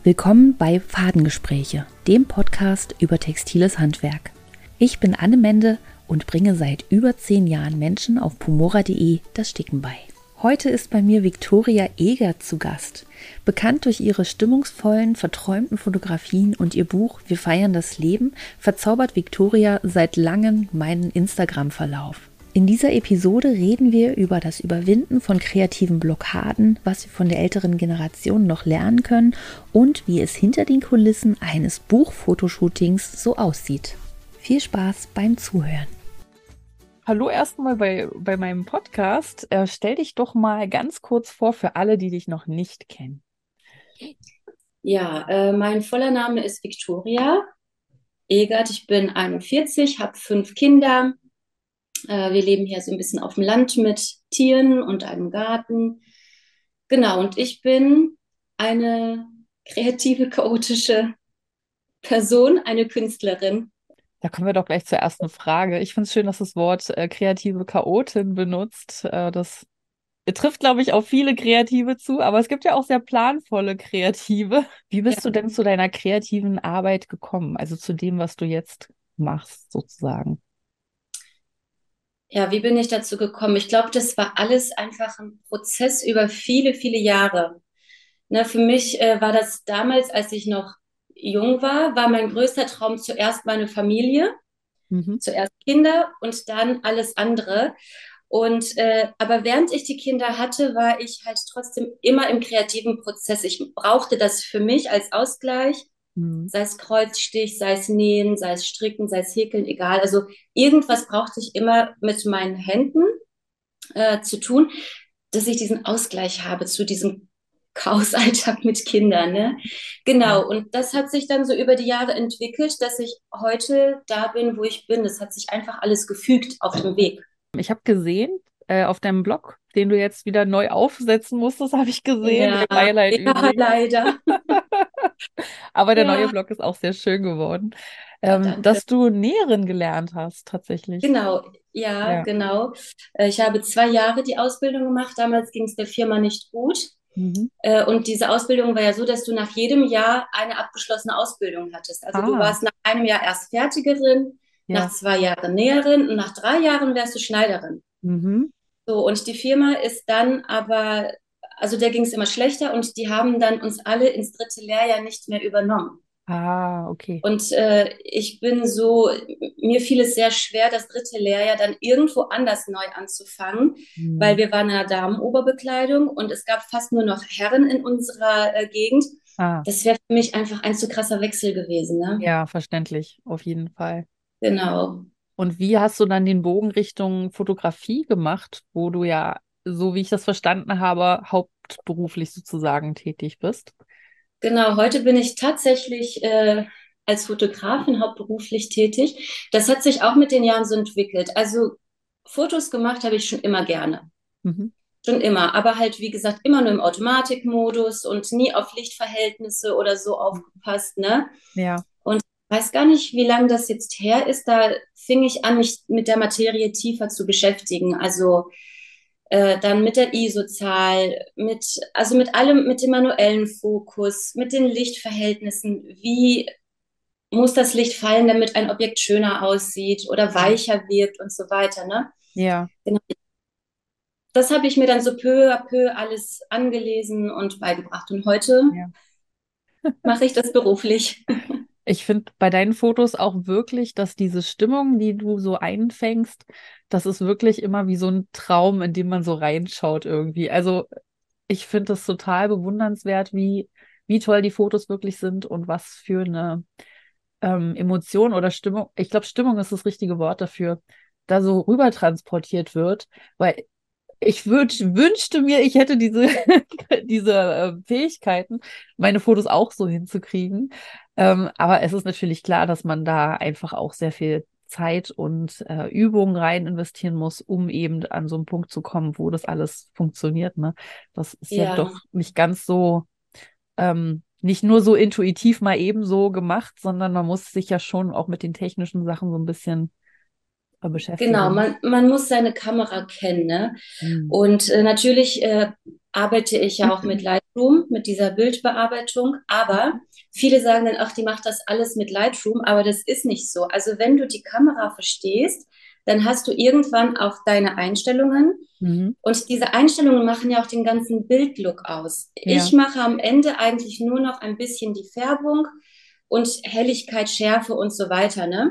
Willkommen bei Fadengespräche, dem Podcast über textiles Handwerk. Ich bin Anne Mende und bringe seit über 10 Jahren Menschen auf pumora.de das Sticken bei. Heute ist bei mir Viktoria Eger zu Gast. Bekannt durch ihre stimmungsvollen, verträumten Fotografien und ihr Buch Wir feiern das Leben, verzaubert Viktoria seit langem meinen Instagram-Verlauf. In dieser Episode reden wir über das Überwinden von kreativen Blockaden, was wir von der älteren Generation noch lernen können und wie es hinter den Kulissen eines Buchfotoshootings so aussieht. Viel Spaß beim Zuhören. Hallo erstmal bei meinem Podcast. Stell dich doch mal ganz kurz vor für alle, die dich noch nicht kennen. Ja, mein voller Name ist Viktoria Egert. Ich bin 41, habe 5 Kinder. Wir leben hier so ein bisschen auf dem Land mit Tieren und einem Garten. Genau, und ich bin eine kreative, chaotische Person, eine Künstlerin. Da kommen wir doch gleich zur ersten Frage. Ich finde es schön, dass du das Wort kreative Chaotin benutzt. Das trifft, glaube ich, auf viele Kreative zu, aber es gibt ja auch sehr planvolle Kreative. Wie Ja. bist du denn zu deiner kreativen Arbeit gekommen? Also zu dem, was du jetzt machst, sozusagen? Ja, wie bin ich dazu gekommen? Ich glaube, das war alles einfach ein Prozess über viele, viele Jahre. Ne, für mich war das damals, als ich noch jung war mein größter Traum zuerst meine Familie. Mhm. Zuerst Kinder und dann alles andere. Und aber während ich die Kinder hatte, war ich halt trotzdem immer im kreativen Prozess. Ich brauchte das für mich als Ausgleich, Mhm. sei es Kreuzstich, sei es Nähen, sei es Stricken, sei es Häkeln, egal. Also irgendwas brauchte ich immer mit meinen Händen zu tun, dass ich diesen Ausgleich habe zu diesem Chaosalltag mit Kindern. Ne? Ja. Genau, und das hat sich dann so über die Jahre entwickelt, dass ich heute da bin, wo ich bin. Das hat sich einfach alles gefügt auf dem Weg. Ich habe gesehen, auf deinem Blog, den du jetzt wieder neu aufsetzen musstest, habe ich gesehen. Ja, Mein Beileid ja, übrigens. leider. Aber der neue Ja, Blog ist auch sehr schön geworden. danke. Dass du Näherin gelernt hast, tatsächlich. Genau, ja, Ja. genau. Ich habe 2 Jahre die Ausbildung gemacht. Damals ging es der Firma nicht gut. Mhm. Und diese Ausbildung war ja so, dass du nach jedem Jahr eine abgeschlossene Ausbildung hattest. Also du Ah, warst nach einem Jahr erst Fertigerin, nach ja. 2 Jahren Näherin und nach 3 Jahren wärst du Schneiderin. Mhm. So, und die Firma ist dann aber, also der ging es immer schlechter und die haben dann uns alle ins 3. Lehrjahr nicht mehr übernommen. Ah, okay. Und ich bin so, mir fiel es sehr schwer, das 3. Lehrjahr dann irgendwo anders neu anzufangen, weil Mhm. wir waren in einer Damenoberbekleidung und es gab fast nur noch Herren in unserer Gegend. Ah, Das wäre für mich einfach ein zu krasser Wechsel gewesen, ne? ja, verständlich, auf jeden Fall. Genau. Und wie hast du dann den Bogen Richtung Fotografie gemacht, wo du ja, so wie ich das verstanden habe, hauptberuflich sozusagen tätig bist? Genau, heute bin ich tatsächlich als Fotografin hauptberuflich tätig. Das hat sich auch mit den Jahren so entwickelt. Also Fotos gemacht habe ich schon immer gerne. Mhm. Schon immer, aber halt, wie gesagt, immer nur im Automatikmodus und nie auf Lichtverhältnisse oder so aufgepasst, ne? Ja. Und ich weiß gar nicht, wie lange das jetzt her ist. Da fing ich an, mich mit der Materie tiefer zu beschäftigen. Also dann mit der ISO-Zahl, also mit allem, mit dem manuellen Fokus, mit den Lichtverhältnissen. Wie muss das Licht fallen, damit ein Objekt schöner aussieht oder Mhm. weicher wirkt und so weiter, ne? Ja. Genau. Das habe ich mir dann so peu à peu alles angelesen und beigebracht. Und heute Ja. mache ich das beruflich. Ich finde bei deinen Fotos auch wirklich, dass diese Stimmung, die du so einfängst, das ist wirklich immer wie so ein Traum, in den man so reinschaut irgendwie. Also ich finde es total bewundernswert, wie toll die Fotos wirklich sind und was für eine Emotion oder Stimmung, ich glaube, Stimmung ist das richtige Wort dafür, da so rüber transportiert wird, weil wünschte mir, ich hätte diese, diese Fähigkeiten, meine Fotos auch so hinzukriegen. Aber es ist natürlich klar, dass man da einfach auch sehr viel Zeit und Übung rein investieren muss, um eben an so einen Punkt zu kommen, wo das alles funktioniert, ne? Das ist ja Ja, doch nicht ganz so, nicht nur so intuitiv mal eben so gemacht, sondern man muss sich ja schon auch mit den technischen Sachen so ein bisschen genau. beschäftigen. Man muss seine Kamera kennen, ne? Hm. Und natürlich arbeite ich ja auch mit Lightroom, mit dieser Bildbearbeitung. Aber viele sagen dann, ach, die macht das alles mit Lightroom, aber das ist nicht so. Also wenn du die Kamera verstehst, dann hast du irgendwann auch deine Einstellungen. Mhm. Und diese Einstellungen machen ja auch den ganzen Bildlook aus. Ja, Ich mache am Ende eigentlich nur noch ein bisschen die Färbung und Helligkeit, Schärfe und so weiter, ne?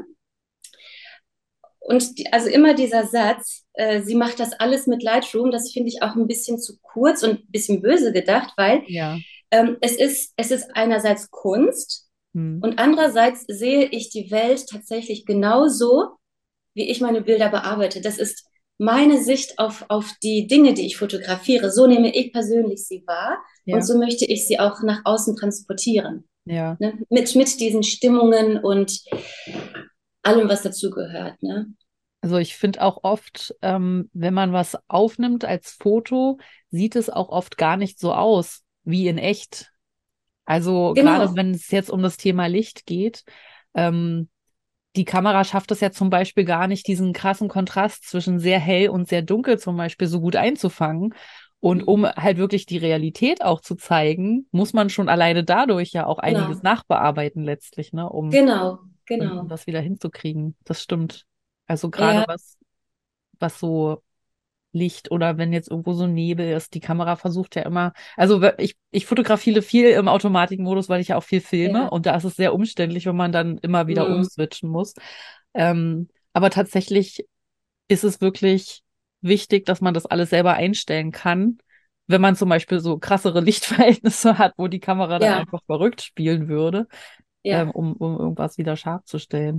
Und also immer dieser Satz, sie macht das alles mit Lightroom, das finde ich auch ein bisschen zu kurz und ein bisschen böse gedacht, weil ja. es ist einerseits Kunst Mhm. und andererseits sehe ich die Welt tatsächlich genauso, wie ich meine Bilder bearbeite. Das ist meine Sicht auf die Dinge, die ich fotografiere. So nehme ich persönlich sie wahr und Ja, so möchte ich sie auch nach außen transportieren. ja. Ne? Mit diesen Stimmungen und allem, was dazugehört. Ne? Also ich finde auch oft, wenn man was aufnimmt als Foto, sieht es auch oft gar nicht so aus wie in echt. Also gerade Genau, wenn es jetzt um das Thema Licht geht, ähm, die Kamera schafft es ja zum Beispiel gar nicht, diesen krassen Kontrast zwischen sehr hell und sehr dunkel zum Beispiel so gut einzufangen. Und um halt wirklich die Realität auch zu zeigen, muss man schon alleine dadurch ja auch einiges genau, nachbearbeiten letztlich, ne, genau, um genau. das wieder hinzukriegen. Das stimmt. Also gerade Ja, was so Licht oder wenn jetzt irgendwo so Nebel ist, die Kamera versucht ja immer, also ich fotografiere viel im Automatikmodus, weil ich ja auch viel filme ja. und da ist es sehr umständlich, wenn man dann immer wieder Mm, umswitchen muss. Aber tatsächlich ist es wirklich wichtig, dass man das alles selber einstellen kann, wenn man zum Beispiel so krassere Lichtverhältnisse hat, wo die Kamera dann ja, einfach verrückt spielen würde, ja, um irgendwas wieder scharf zu stellen.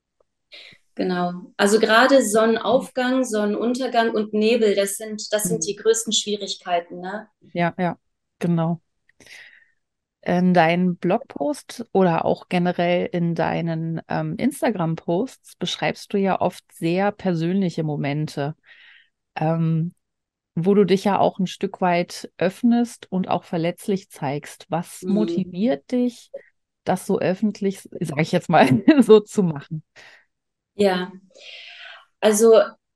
genau. Also gerade Sonnenaufgang, Sonnenuntergang und Nebel, das sind die Mhm. größten Schwierigkeiten, ne? Ja, ja, genau. In deinen Blogpost oder auch generell in deinen Instagram-Posts beschreibst du ja oft sehr persönliche Momente, ähm, wo du dich ja auch ein Stück weit öffnest und auch verletzlich zeigst. Was Mm, motiviert dich, das so öffentlich, sage ich jetzt mal, so zu machen? ja, also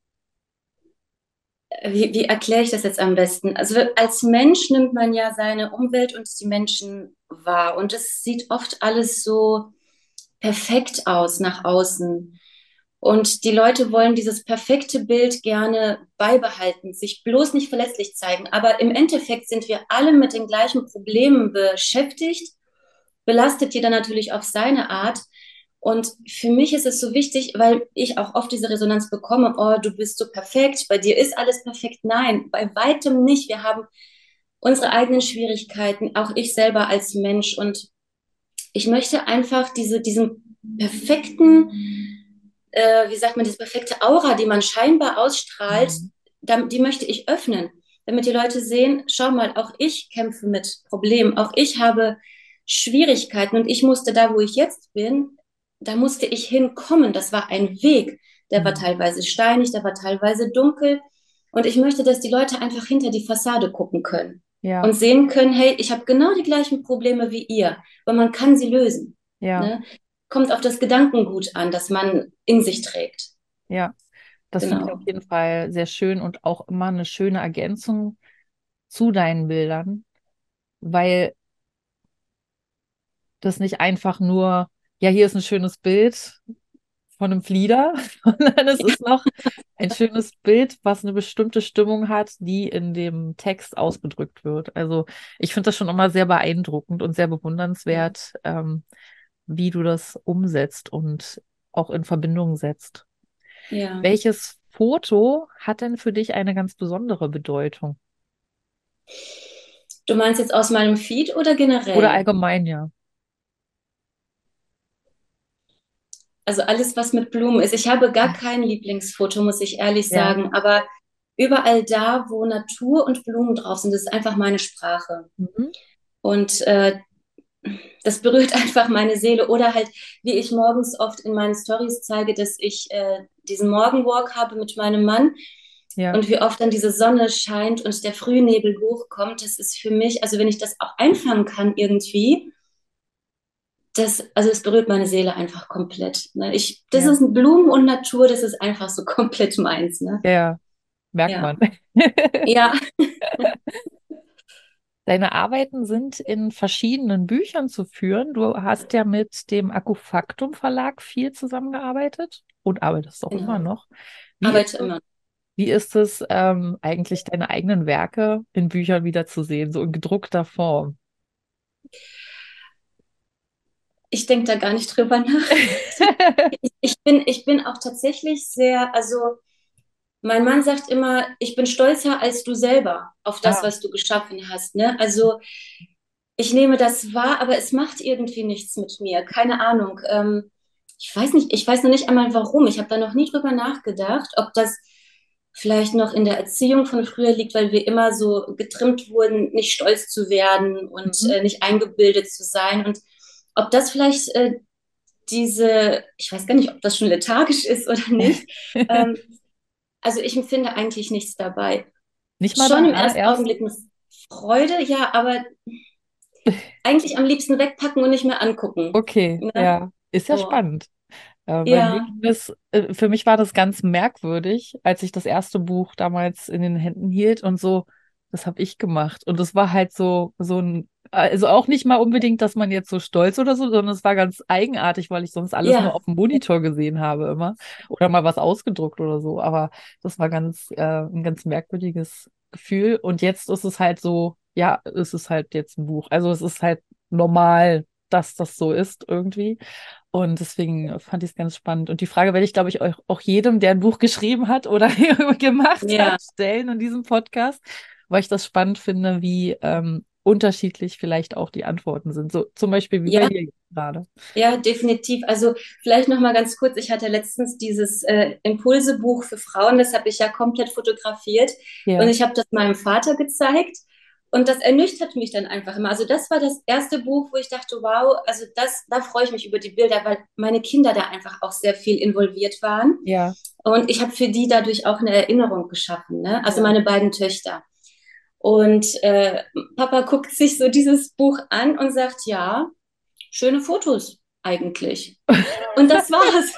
wie erkläre ich das jetzt am besten? Also als Mensch nimmt man ja seine Umwelt und die Menschen wahr und es sieht oft alles so perfekt aus nach außen. Und die Leute wollen dieses perfekte Bild gerne beibehalten, sich bloß nicht verletzlich zeigen. Aber im Endeffekt sind wir alle mit den gleichen Problemen beschäftigt, belastet jeder natürlich auf seine Art. Und für mich ist es so wichtig, weil ich auch oft diese Resonanz bekomme, oh, du bist so perfekt, bei dir ist alles perfekt. Nein, bei weitem nicht. Wir haben unsere eigenen Schwierigkeiten, auch ich selber als Mensch. Und ich möchte einfach diesen perfekten, wie sagt man, diese perfekte Aura, die man scheinbar ausstrahlt, Mhm. die möchte ich öffnen, damit die Leute sehen, schau mal, auch ich kämpfe mit Problemen, auch ich habe Schwierigkeiten und ich musste da, wo ich jetzt bin, da musste ich hinkommen. Das war ein Weg, der war Mhm. teilweise steinig, der war teilweise dunkel und ich möchte, dass die Leute einfach hinter die Fassade gucken können Ja, und sehen können, hey, ich habe genau die gleichen Probleme wie ihr, aber man kann sie lösen. ja, Ne? Kommt auf das Gedankengut an, das man in sich trägt. ja. Das finde ich auf Genau. jeden Fall sehr schön und auch immer eine schöne Ergänzung zu deinen Bildern, weil das nicht einfach nur, ja, hier ist ein schönes Bild von einem Flieder, sondern es ist noch ein schönes Bild, was eine bestimmte Stimmung hat, die in dem Text ausgedrückt wird. Also ich finde das schon immer sehr beeindruckend und sehr Ja. bewundernswert, wie du das umsetzt und auch in Verbindung setzt. Ja. Welches Foto hat denn für dich eine ganz besondere Bedeutung? Du meinst jetzt aus meinem Feed oder Oder generell? allgemein, ja. Also alles, was mit Blumen ist. Ich habe gar kein Lieblingsfoto, muss ich ehrlich Ja. sagen. Aber überall da, wo Natur und Blumen drauf sind, das ist einfach meine Sprache. Mhm. Und das berührt einfach meine Seele. Oder halt, wie ich morgens oft in meinen Stories zeige, dass ich diesen Morgenwalk habe mit meinem Mann Ja, und wie oft dann diese Sonne scheint und der Frühnebel hochkommt. Das ist für mich, also wenn ich das auch einfangen kann irgendwie, also es berührt meine Seele einfach komplett. Ne? Das ja, ist Blumen und Natur, das ist einfach so komplett meins. Ne? ja, merkt Ja, man. ja, Deine Arbeiten sind in verschiedenen Büchern zu führen. Du hast ja mit dem Akkufaktum Verlag viel zusammengearbeitet und arbeitest auch immer Genau. noch. Wie ist Arbeite es, immer. wie ist es eigentlich, deine eigenen Werke in Büchern wiederzusehen, so in gedruckter Form? Ich denke da gar nicht drüber nach. Ich bin auch tatsächlich sehr, also mein Mann sagt immer, ich bin stolzer als du selber auf das, Ah, was du geschaffen hast. Ne? Also ich nehme das wahr, aber es macht irgendwie nichts mit mir. Keine Ahnung. Ich weiß nicht, ich weiß noch nicht einmal warum. Ich habe da noch nie drüber nachgedacht, ob das vielleicht noch in der Erziehung von früher liegt, weil wir immer so getrimmt wurden, nicht stolz zu werden und mhm. nicht eingebildet zu sein. Und ob das vielleicht ich weiß gar nicht, ob das schon lethargisch ist oder nicht. Ähm, also ich empfinde eigentlich nichts dabei. Nicht mal Schon beim im ersten allerersten? Augenblick eine Freude, ja, aber eigentlich am liebsten wegpacken und nicht mehr angucken. Okay, Ne? ja, ist ja So. spannend. Bei mir Ja, ging das, für mich war das ganz merkwürdig, als ich das erste Buch damals in den Händen hielt und so, das habe ich gemacht. Und das war halt so ein, also auch nicht mal unbedingt, dass man jetzt so stolz oder so, sondern es war ganz eigenartig, weil ich sonst alles nur ja, auf dem Monitor gesehen habe immer oder mal was ausgedruckt oder so. Aber das war ein ganz merkwürdiges Gefühl. Und jetzt ist es halt so, ja, es ist halt jetzt ein Buch. Also es ist halt normal, dass das so ist irgendwie. Und deswegen fand ich es ganz spannend. Und die Frage werde ich, glaube ich, auch jedem, der ein Buch geschrieben hat oder gemacht hat, ja, stellen in diesem Podcast, weil ich das spannend finde, wie unterschiedlich vielleicht auch die Antworten sind. So zum Beispiel wie bei ja, dir jetzt gerade. ja, definitiv. Also vielleicht noch mal ganz kurz. Ich hatte letztens dieses Impulsebuch für Frauen, das habe ich ja komplett fotografiert und Ja, ich habe das meinem Vater gezeigt. Und das ernüchtert mich dann einfach immer. Also das war das erste Buch, wo ich dachte, wow, also da freue ich mich über die Bilder, weil meine Kinder da einfach auch sehr viel involviert waren. ja, Und ich habe für die dadurch auch eine Erinnerung geschaffen, ne? Also ja. meine beiden Töchter. Und Papa guckt sich so dieses Buch an und sagt, ja, schöne Fotos eigentlich. Und das war's.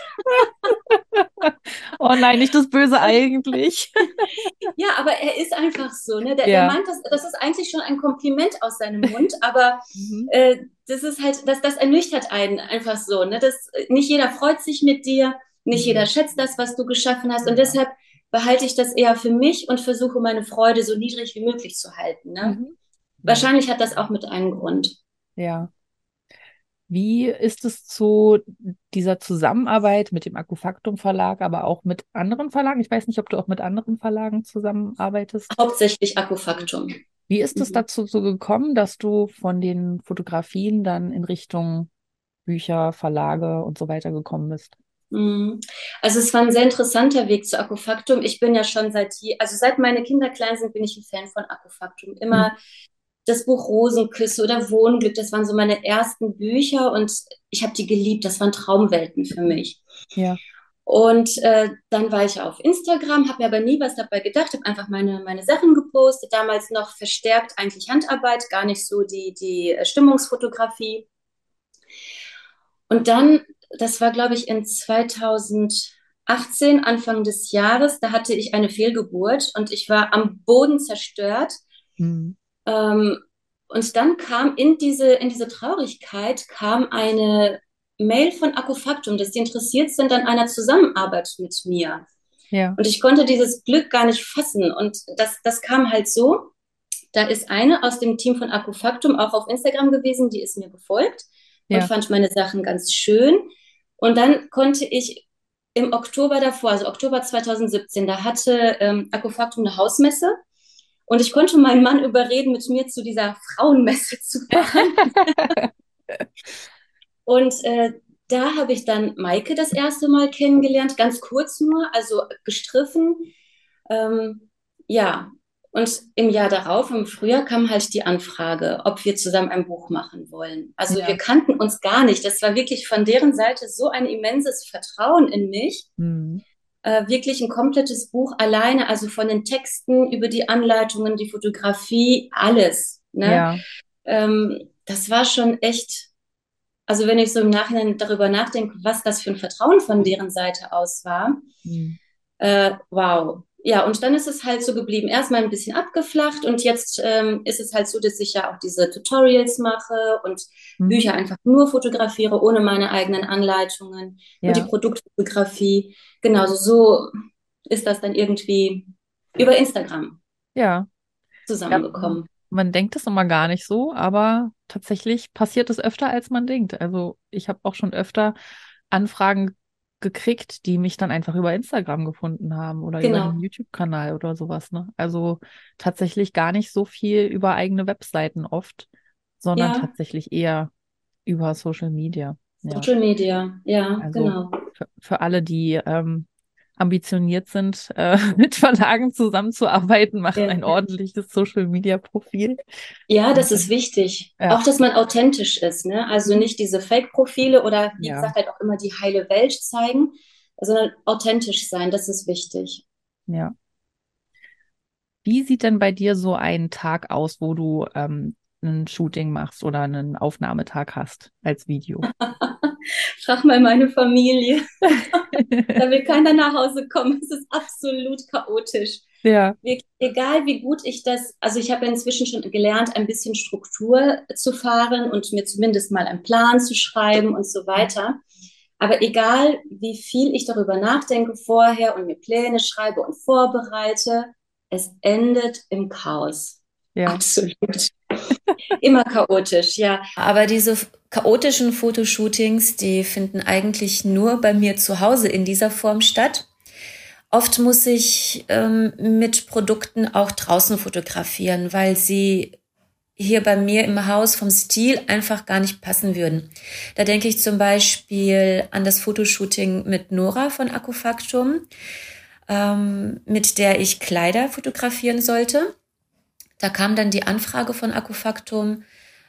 Oh nein, nicht das Böse eigentlich. Ja, aber er ist einfach so, ne? Der Ja. meint, das ist eigentlich schon ein Kompliment aus seinem Mund, aber Mhm. das ist halt, das ernüchtert einen einfach so, ne? Nicht jeder freut sich mit dir, nicht jeder Mhm. schätzt das, was du geschaffen hast. Und Ja. deshalb behalte ich das eher für mich und versuche meine Freude so niedrig wie möglich zu halten, ne? Mhm. Ja. Wahrscheinlich hat das auch mit einem Grund. Ja. Wie ist es zu dieser Zusammenarbeit mit dem Akkufaktum Verlag, aber auch mit anderen Verlagen? Ich weiß nicht, ob du auch mit anderen Verlagen zusammenarbeitest. Hauptsächlich Akkufaktum. Wie ist es Mhm. dazu so gekommen, dass du von den Fotografien dann in Richtung Bücher, Verlage und so weiter gekommen bist? Mhm. Also es war ein sehr interessanter Weg zu Akkufaktum. Ich bin ja schon also seit meine Kinder klein sind, bin ich ein Fan von Akkufaktum. Mhm. Immer das Buch Rosenküsse oder Wohnglück, das waren so meine ersten Bücher und ich habe die geliebt. Das waren Traumwelten für mich. Ja, Und dann war ich auf Instagram, habe mir aber nie was dabei gedacht, habe einfach meine Sachen gepostet, damals noch verstärkt eigentlich Handarbeit, gar nicht so die Stimmungsfotografie. Und dann, das war, glaube ich, in 2018, Anfang des Jahres, da hatte ich eine Fehlgeburt und ich war am Boden zerstört. mhm. Ähm, und dann kam in diese Traurigkeit kam eine Mail von Akkufaktum, dass die interessiert sind an einer Zusammenarbeit mit mir. Ja, Und ich konnte dieses Glück gar nicht fassen. Und das kam halt so. Da ist eine aus dem Team von Akkufaktum auch auf Instagram gewesen, die ist mir gefolgt und ja. fand meine Sachen ganz schön. Und dann konnte ich im Oktober davor, also Oktober 2017, da hatte Akkufaktum eine Hausmesse und ich konnte meinen Mann überreden, mit mir zu dieser Frauenmesse zu fahren. Und da habe ich dann Maike das erste Mal kennengelernt, ganz kurz nur, also gestriffen. Ähm, ja, und im Jahr darauf, im Frühjahr, kam halt die Anfrage, ob wir zusammen ein Buch machen wollen. Also wir Ja. kannten uns gar nicht. Das war wirklich von deren Seite so ein immenses Vertrauen in mich. Mhm. Wirklich ein komplettes Buch alleine, also von den Texten über die Anleitungen, die Fotografie, alles. Ne? Ja. Das war schon echt, also wenn ich so im Nachhinein darüber nachdenke, was das für ein Vertrauen von deren Seite aus war, Mhm. wow. ja, und dann ist es halt so geblieben. Erstmal ein bisschen abgeflacht und jetzt ist es halt so, dass ich ja auch diese Tutorials mache und Mhm. Bücher einfach nur fotografiere, ohne meine eigenen Anleitungen und die Ja, Produktfotografie. Genau, so ist das dann irgendwie über Instagram ja. Ja, zusammengekommen. man denkt es immer gar nicht so, aber tatsächlich passiert es öfter, als man denkt. Also ich habe auch schon öfter Anfragen gekriegt, die mich dann einfach über Instagram gefunden haben oder über den Genau, YouTube-Kanal oder sowas, ne? Also tatsächlich gar nicht so viel über eigene Webseiten oft, sondern ja, tatsächlich eher über Social Media. Ja, Social Media, ja, also genau. für alle, die ambitioniert sind, mit Verlagen zusammenzuarbeiten, macht ein Ja. ordentliches Social-Media-Profil. Ja, das Und ist dann, wichtig. ja, Auch, dass man authentisch ist, ne? Also mhm. nicht diese Fake-Profile oder wie Ja, gesagt halt auch immer die heile Welt zeigen, sondern authentisch sein, das ist wichtig. ja. Wie sieht denn bei dir so ein Tag aus, wo du ein Shooting machst oder einen Aufnahmetag hast als Video? Frag mal meine Familie. Da will keiner nach Hause kommen. Es ist absolut chaotisch. Ja. Egal wie gut ich das, also ich habe ja inzwischen schon gelernt, ein bisschen Struktur zu fahren und mir zumindest mal einen Plan zu schreiben und so weiter. Aber egal wie viel ich darüber nachdenke vorher und mir Pläne schreibe und vorbereite, es endet im Chaos. Ja. Absolut. Immer chaotisch, ja. Aber diese chaotischen Fotoshootings, die finden eigentlich nur bei mir zu Hause in dieser Form statt. Oft muss ich mit Produkten auch draußen fotografieren, weil sie hier bei mir im Haus vom Stil einfach gar nicht passen würden. Da denke ich zum Beispiel an das Fotoshooting mit Nora von Akkufaktum, mit der ich Kleider fotografieren sollte. Da kam dann die Anfrage von Akkufaktum,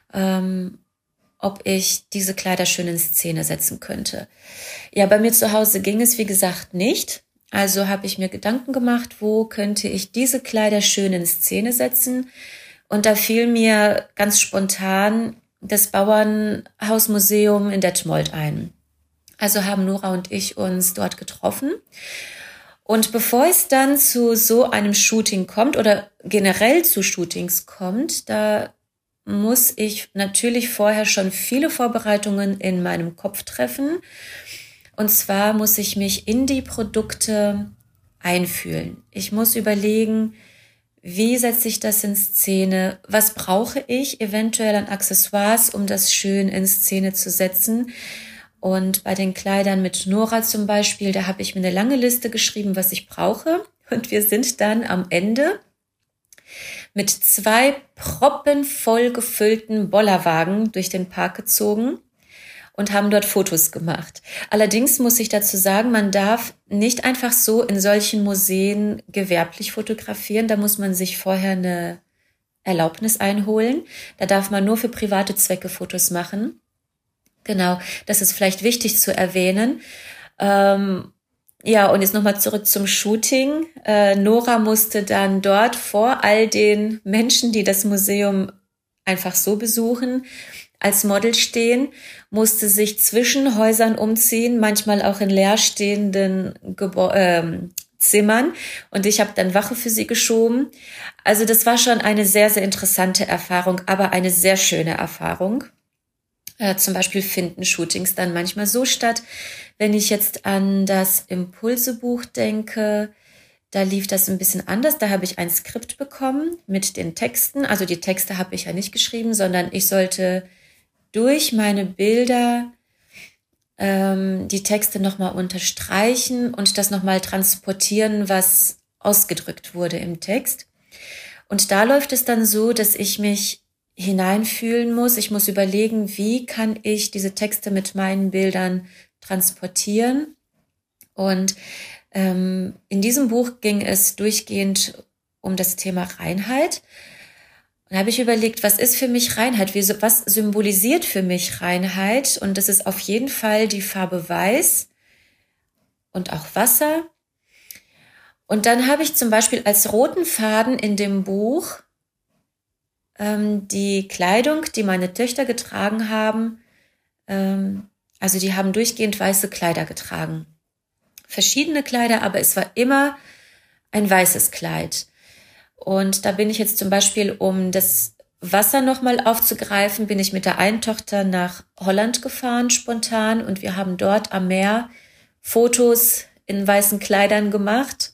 ob ich diese Kleider schön in Szene setzen könnte. Ja, bei mir zu Hause ging es, wie gesagt, nicht. Also habe ich mir Gedanken gemacht, wo könnte ich diese Kleider schön in Szene setzen. Und da fiel mir ganz spontan das Bauernhausmuseum in Detmold ein. Also haben Nora und ich uns dort getroffen. Und bevor es dann zu so einem Shooting kommt oder generell zu Shootings kommt, da muss ich natürlich vorher schon viele Vorbereitungen in meinem Kopf treffen. Und zwar muss ich mich in die Produkte einfühlen. Ich muss überlegen, wie setze ich das in Szene? Was brauche ich eventuell an Accessoires, um das schön in Szene zu setzen? Und bei den Kleidern mit Nora zum Beispiel, da habe ich mir eine lange Liste geschrieben, was ich brauche. Und wir sind dann am Ende mit 2 proppenvoll gefüllten Bollerwagen durch den Park gezogen und haben dort Fotos gemacht. Allerdings muss ich dazu sagen, man darf nicht einfach so in solchen Museen gewerblich fotografieren. Da muss man sich vorher eine Erlaubnis einholen. Da darf man nur für private Zwecke Fotos machen. Genau, das ist vielleicht wichtig zu erwähnen. Ja, und jetzt nochmal zurück zum Shooting. Nora musste dann dort vor all den Menschen, die das Museum einfach so besuchen, als Model stehen, musste sich zwischen Häusern umziehen, manchmal auch in leerstehenden Zimmern. Und ich habe dann Wache für sie geschoben. Also das war schon eine sehr, sehr interessante Erfahrung, aber eine sehr schöne Erfahrung. Zum Beispiel finden Shootings dann manchmal so statt. Wenn ich jetzt an das Impulsebuch denke, da lief das ein bisschen anders. Da habe ich ein Skript bekommen mit den Texten. Also die Texte habe ich ja nicht geschrieben, sondern ich sollte durch meine Bilder die Texte nochmal unterstreichen und das nochmal transportieren, was ausgedrückt wurde im Text. Und da läuft es dann so, dass ich mich hineinfühlen muss. Ich muss überlegen, wie kann ich diese Texte mit meinen Bildern transportieren. Und in diesem Buch ging es durchgehend um das Thema Reinheit. Und da habe ich überlegt, was ist für mich Reinheit? Was symbolisiert für mich Reinheit? Und das ist auf jeden Fall die Farbe Weiß und auch Wasser. Und dann habe ich zum Beispiel als roten Faden in dem Buch die Kleidung, die meine Töchter getragen haben. Also die haben durchgehend weiße Kleider getragen. Verschiedene Kleider, aber es war immer ein weißes Kleid. Und da bin ich jetzt zum Beispiel, um das Wasser nochmal aufzugreifen, bin ich mit der einen Tochter nach Holland gefahren, spontan. Und wir haben dort am Meer Fotos in weißen Kleidern gemacht.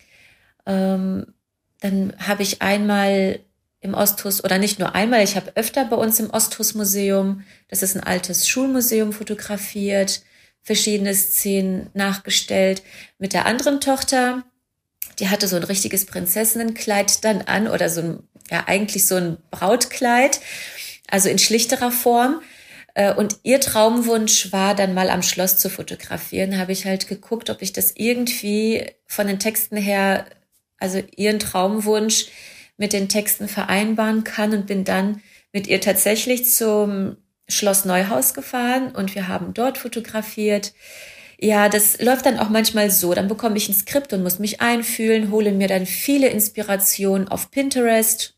Dann habe ich einmal im Osthus, oder nicht nur einmal, ich habe öfter bei uns im Osthus-Museum, das ist ein altes Schulmuseum, fotografiert, verschiedene Szenen nachgestellt. Mit der anderen Tochter, die hatte so ein richtiges Prinzessinnenkleid dann an oder so ein, ja eigentlich so ein Brautkleid, also in schlichterer Form. Und ihr Traumwunsch war dann mal am Schloss zu fotografieren. Habe ich halt geguckt, ob ich das irgendwie von den Texten her, also ihren Traumwunsch mit den Texten vereinbaren kann und bin dann mit ihr tatsächlich zum Schloss Neuhaus gefahren und wir haben dort fotografiert. Ja, das läuft dann auch manchmal so. Dann bekomme ich ein Skript und muss mich einfühlen, hole mir dann viele Inspirationen auf Pinterest,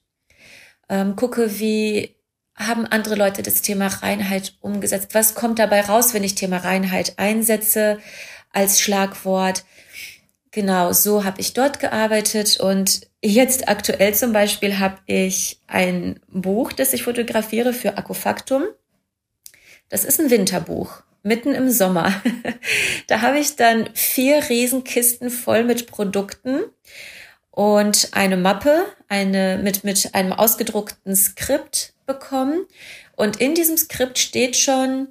gucke, wie haben andere Leute das Thema Reinheit umgesetzt. Was kommt dabei raus, wenn ich Thema Reinheit einsetze als Schlagwort? Genau, so habe ich dort gearbeitet und jetzt aktuell zum Beispiel habe ich ein Buch, das ich fotografiere für Akkufaktum. Das ist ein Winterbuch, mitten im Sommer. Da habe ich dann 4 Riesenkisten voll mit Produkten und eine Mappe, mit einem ausgedruckten Skript bekommen. Und in diesem Skript steht schon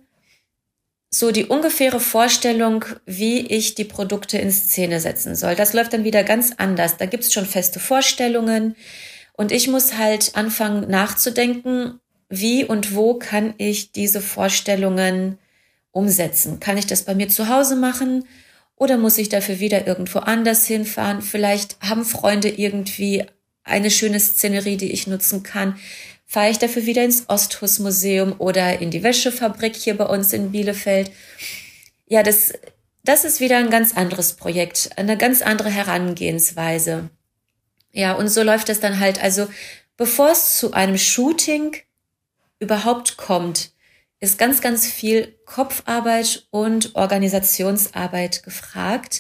so die ungefähre Vorstellung, wie ich die Produkte in Szene setzen soll. Das läuft dann wieder ganz anders. Da gibt es schon feste Vorstellungen und ich muss halt anfangen nachzudenken, wie und wo kann ich diese Vorstellungen umsetzen? Kann ich das bei mir zu Hause machen oder muss ich dafür wieder irgendwo anders hinfahren? Vielleicht haben Freunde irgendwie eine schöne Szenerie, die ich nutzen kann. Fahre ich dafür wieder ins Osthus-Museum oder in die Wäschefabrik hier bei uns in Bielefeld. Ja, das ist wieder ein ganz anderes Projekt, eine ganz andere Herangehensweise. Ja, und so läuft das dann halt. Also bevor es zu einem Shooting überhaupt kommt, ist ganz, ganz viel Kopfarbeit und Organisationsarbeit gefragt,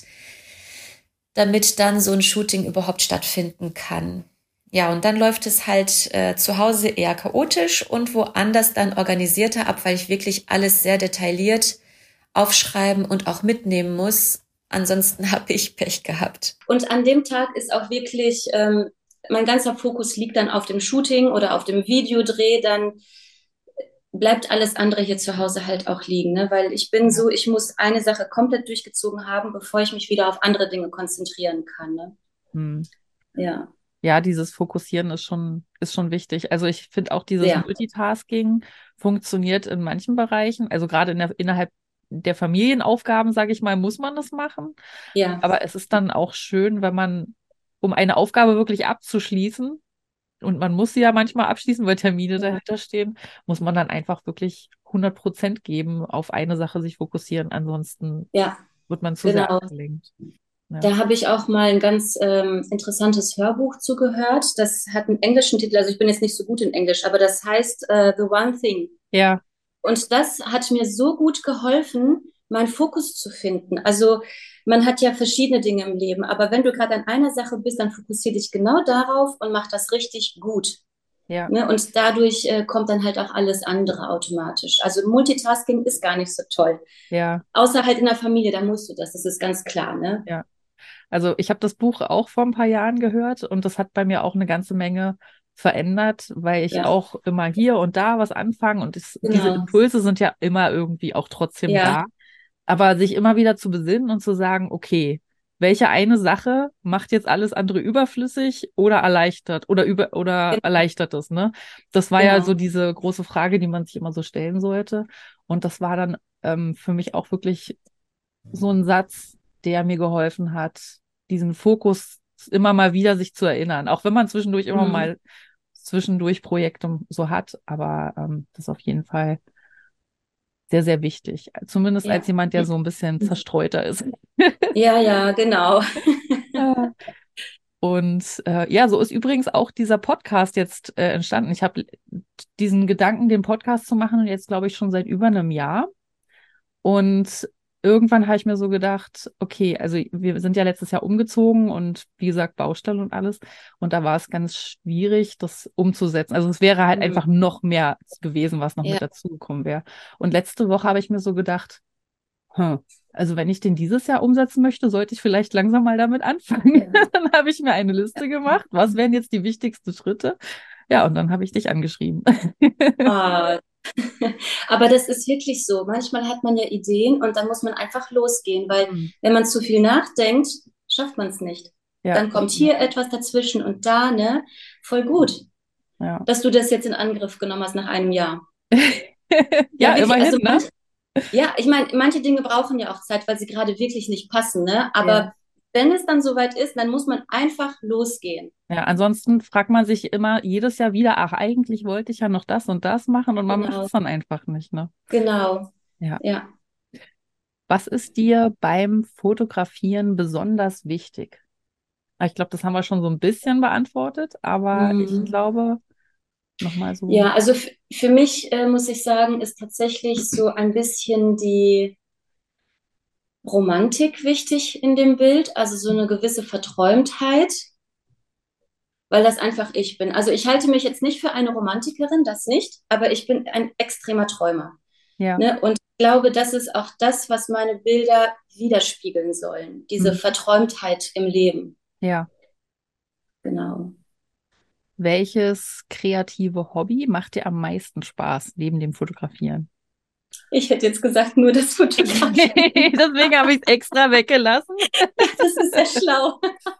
damit dann so ein Shooting überhaupt stattfinden kann. Ja, und dann läuft es halt zu Hause eher chaotisch und woanders dann organisierter ab, weil ich wirklich alles sehr detailliert aufschreiben und auch mitnehmen muss. Ansonsten habe ich Pech gehabt. Und an dem Tag ist auch wirklich, mein ganzer Fokus liegt dann auf dem Shooting oder auf dem Videodreh, dann bleibt alles andere hier zu Hause halt auch liegen, ne? Weil ich bin so, ich muss eine Sache komplett durchgezogen haben, bevor ich mich wieder auf andere Dinge konzentrieren kann, ne? Ja. Ja, dieses Fokussieren ist schon wichtig. Also ich finde auch dieses Sehr. Multitasking funktioniert in manchen Bereichen. Also gerade innerhalb der Familienaufgaben, sage ich mal, muss man das machen. Ja. Aber es ist dann auch schön, wenn man, um eine Aufgabe wirklich abzuschließen, und man muss sie ja manchmal abschließen, weil Termine dahinter stehen, muss man dann einfach wirklich 100% geben, auf eine Sache sich fokussieren. Ansonsten wird man zu sehr abgelenkt. Ja. Da habe ich auch mal ein ganz interessantes Hörbuch zugehört. Das hat einen englischen Titel, also ich bin jetzt nicht so gut in Englisch, aber das heißt The One Thing. Ja. Und das hat mir so gut geholfen, meinen Fokus zu finden. Also man hat ja verschiedene Dinge im Leben, aber wenn du gerade an einer Sache bist, dann fokussier dich genau darauf und mach das richtig gut. Ja. Ne? Und dadurch kommt dann halt auch alles andere automatisch. Also Multitasking ist gar nicht so toll. Ja. Außer halt in der Familie, da musst du das ist ganz klar, ne? Ja. Also ich habe das Buch auch vor ein paar Jahren gehört und das hat bei mir auch eine ganze Menge verändert, weil ich auch immer hier und da was anfange und diese Impulse sind ja immer irgendwie auch trotzdem da. Aber sich immer wieder zu besinnen und zu sagen, okay, welche eine Sache macht jetzt alles andere überflüssig oder erleichtert oder erleichtert es, ne? Das war ja so diese große Frage, die man sich immer so stellen sollte. Und das war dann für mich auch wirklich so ein Satz, der mir geholfen hat, diesen Fokus immer mal wieder sich zu erinnern. Auch wenn man zwischendurch immer mal Projekte so hat, aber das ist auf jeden Fall sehr, sehr wichtig. Zumindest als jemand, der so ein bisschen zerstreuter ist. Ja, genau. Und so ist übrigens auch dieser Podcast jetzt entstanden. Ich habe diesen Gedanken, den Podcast zu machen, jetzt glaube ich schon seit über einem Jahr. Und irgendwann habe ich mir so gedacht, okay, also wir sind ja letztes Jahr umgezogen und wie gesagt, Baustelle und alles. Und da war es ganz schwierig, das umzusetzen. Also es wäre halt Mhm. einfach noch mehr gewesen, was noch Ja. mit dazugekommen wäre. Und letzte Woche habe ich mir so gedacht, also wenn ich den dieses Jahr umsetzen möchte, sollte ich vielleicht langsam mal damit anfangen. Ja. Dann habe ich mir eine Liste gemacht. Was wären jetzt die wichtigsten Schritte? Ja, und dann habe ich dich angeschrieben. Ah, aber das ist wirklich so. Manchmal hat man ja Ideen und dann muss man einfach losgehen, weil Hm. wenn man zu viel nachdenkt, schafft man es nicht. Ja, Dann das kommt stimmt. hier etwas dazwischen und da, ne? Voll gut, Ja. dass du das jetzt in Angriff genommen hast nach einem Jahr. Ja, Ja, wirklich. immerhin, Also ne? ja, ich meine, manche Dinge brauchen ja auch Zeit, weil sie gerade wirklich nicht passen, ne? Ja. Aber wenn es dann soweit ist, dann muss man einfach losgehen. Ja, ansonsten fragt man sich immer jedes Jahr wieder, ach, eigentlich wollte ich ja noch das und das machen und man macht Genau, es dann einfach nicht, ne? genau. Ja. Ja. Was ist dir beim Fotografieren besonders wichtig? Ich glaube, das haben wir schon so ein bisschen beantwortet, aber ich Mhm. glaube, nochmal so. Ja, also für mich muss ich sagen, ist tatsächlich so ein bisschen die Romantik wichtig in dem Bild, also so eine gewisse Verträumtheit, weil das einfach ich bin. Also ich halte mich jetzt nicht für eine Romantikerin, das nicht, aber ich bin ein extremer Träumer. Ja. Ne? Und ich glaube, das ist auch das, was meine Bilder widerspiegeln sollen, diese Mhm. Verträumtheit im Leben. Ja. Genau. Welches kreative Hobby macht dir am meisten Spaß neben dem Fotografieren? Ich hätte jetzt gesagt, nur das Fotografieren. Deswegen habe ich es extra weggelassen. Ja, das ist sehr schlau.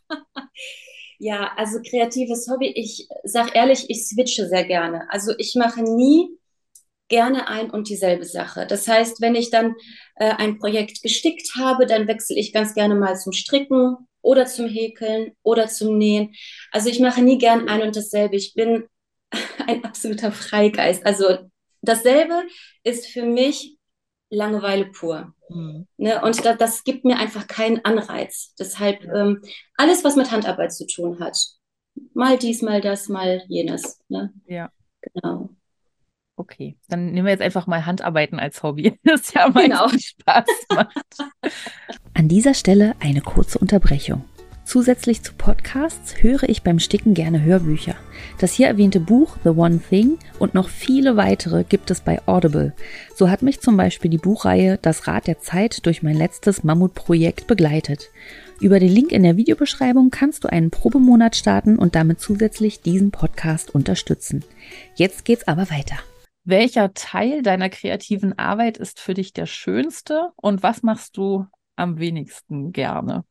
Ja, also kreatives Hobby. Ich sag ehrlich, ich switche sehr gerne. Also ich mache nie gerne ein und dieselbe Sache. Das heißt, wenn ich dann ein Projekt gestickt habe, dann wechsle ich ganz gerne mal zum Stricken oder zum Häkeln oder zum Nähen. Also ich mache nie gern ein und dasselbe. Ich bin ein absoluter Freigeist. Also dasselbe ist für mich Langeweile pur. Hm. Ne? Und das gibt mir einfach keinen Anreiz. Deshalb Ja. alles, was mit Handarbeit zu tun hat. Mal dies, mal das, mal jenes. Ne? Ja. Genau. Okay, dann nehmen wir jetzt einfach mal Handarbeiten als Hobby, das ja am Genau. meisten Spaß macht. An dieser Stelle eine kurze Unterbrechung. Zusätzlich zu Podcasts höre ich beim Sticken gerne Hörbücher. Das hier erwähnte Buch The One Thing und noch viele weitere gibt es bei Audible. So hat mich zum Beispiel die Buchreihe Das Rad der Zeit durch mein letztes Mammutprojekt begleitet. Über den Link in der Videobeschreibung kannst du einen Probemonat starten und damit zusätzlich diesen Podcast unterstützen. Jetzt geht's aber weiter. Welcher Teil deiner kreativen Arbeit ist für dich der schönste und was machst du am wenigsten gerne?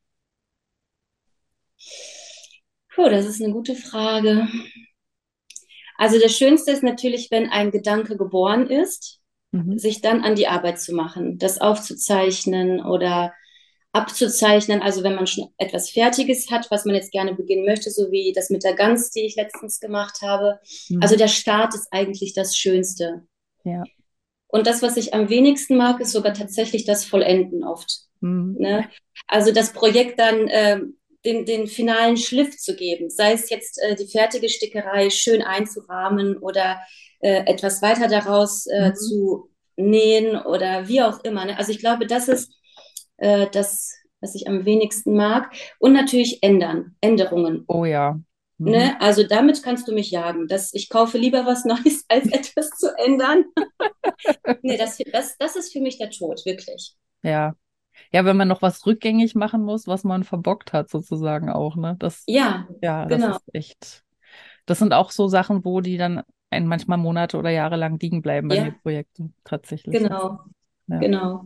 Puh, das ist eine gute Frage. Also das Schönste ist natürlich, wenn ein Gedanke geboren ist, Mhm. sich dann an die Arbeit zu machen, das aufzuzeichnen oder abzuzeichnen. Also wenn man schon etwas Fertiges hat, was man jetzt gerne beginnen möchte, so wie das mit der Gans, die ich letztens gemacht habe. Also Mhm. der Start ist eigentlich das Schönste. Ja. Und das, was ich am wenigsten mag, ist sogar tatsächlich das Vollenden oft. Mhm. Ne? Also das Projekt dann den finalen Schliff zu geben, sei es jetzt die fertige Stickerei schön einzurahmen oder etwas weiter daraus Mhm. zu nähen oder wie auch immer. Ne? Also ich glaube, das ist das, was ich am wenigsten mag. Und natürlich Änderungen. Oh ja. Mhm. Ne? Also damit kannst du mich jagen. Ich kaufe lieber was Neues, als etwas zu ändern. Nee, das ist für mich der Tod, wirklich. Ja. Ja, wenn man noch was rückgängig machen muss, was man verbockt hat, sozusagen auch, ne? Ja, Ja, das genau, ist echt. Das sind auch so Sachen, wo die dann manchmal Monate oder Jahre lang liegen bleiben bei mir ja, Projekte, tatsächlich. genau, Ja. genau.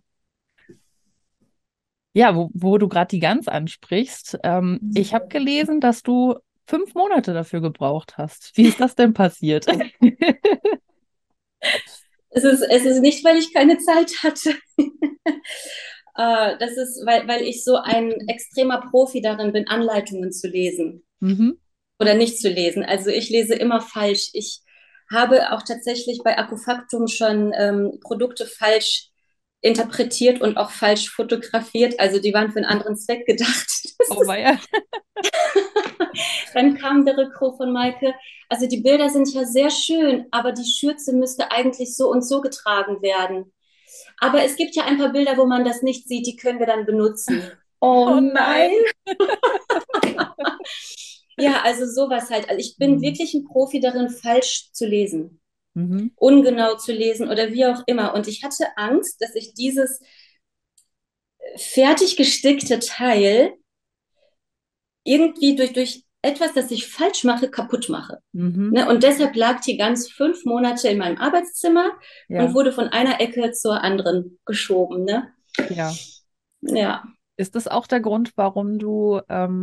Ja, wo du gerade die Gans ansprichst. Ich habe gelesen, dass du 5 Monate dafür gebraucht hast. Wie ist das denn passiert? Es ist nicht, weil ich keine Zeit hatte. Das ist, weil ich so ein extremer Profi darin bin, Anleitungen zu lesen Mhm. oder nicht zu lesen. Also ich lese immer falsch. Ich habe auch tatsächlich bei Akkufaktum schon Produkte falsch interpretiert und auch falsch fotografiert. Also die waren für einen anderen Zweck gedacht. Das Oh ist, weia. dann kam der Rückruf von Maike. Also die Bilder sind ja sehr schön, aber die Schürze müsste eigentlich so und so getragen werden. Aber es gibt ja ein paar Bilder, wo man das nicht sieht, die können wir dann benutzen. Oh Oh nein. nein. Ja, also sowas halt. Also ich bin wirklich ein Profi darin, falsch zu lesen, Mhm. ungenau zu lesen oder wie auch immer. Und ich hatte Angst, dass ich dieses fertig gestickte Teil irgendwie durch etwas, das ich falsch mache, kaputt mache. Mhm. Ne? Und deshalb lag die ganz 5 Monate in meinem Arbeitszimmer und Ja, wurde von einer Ecke zur anderen geschoben. Ne? ja. Ja, Ist das auch der Grund, warum du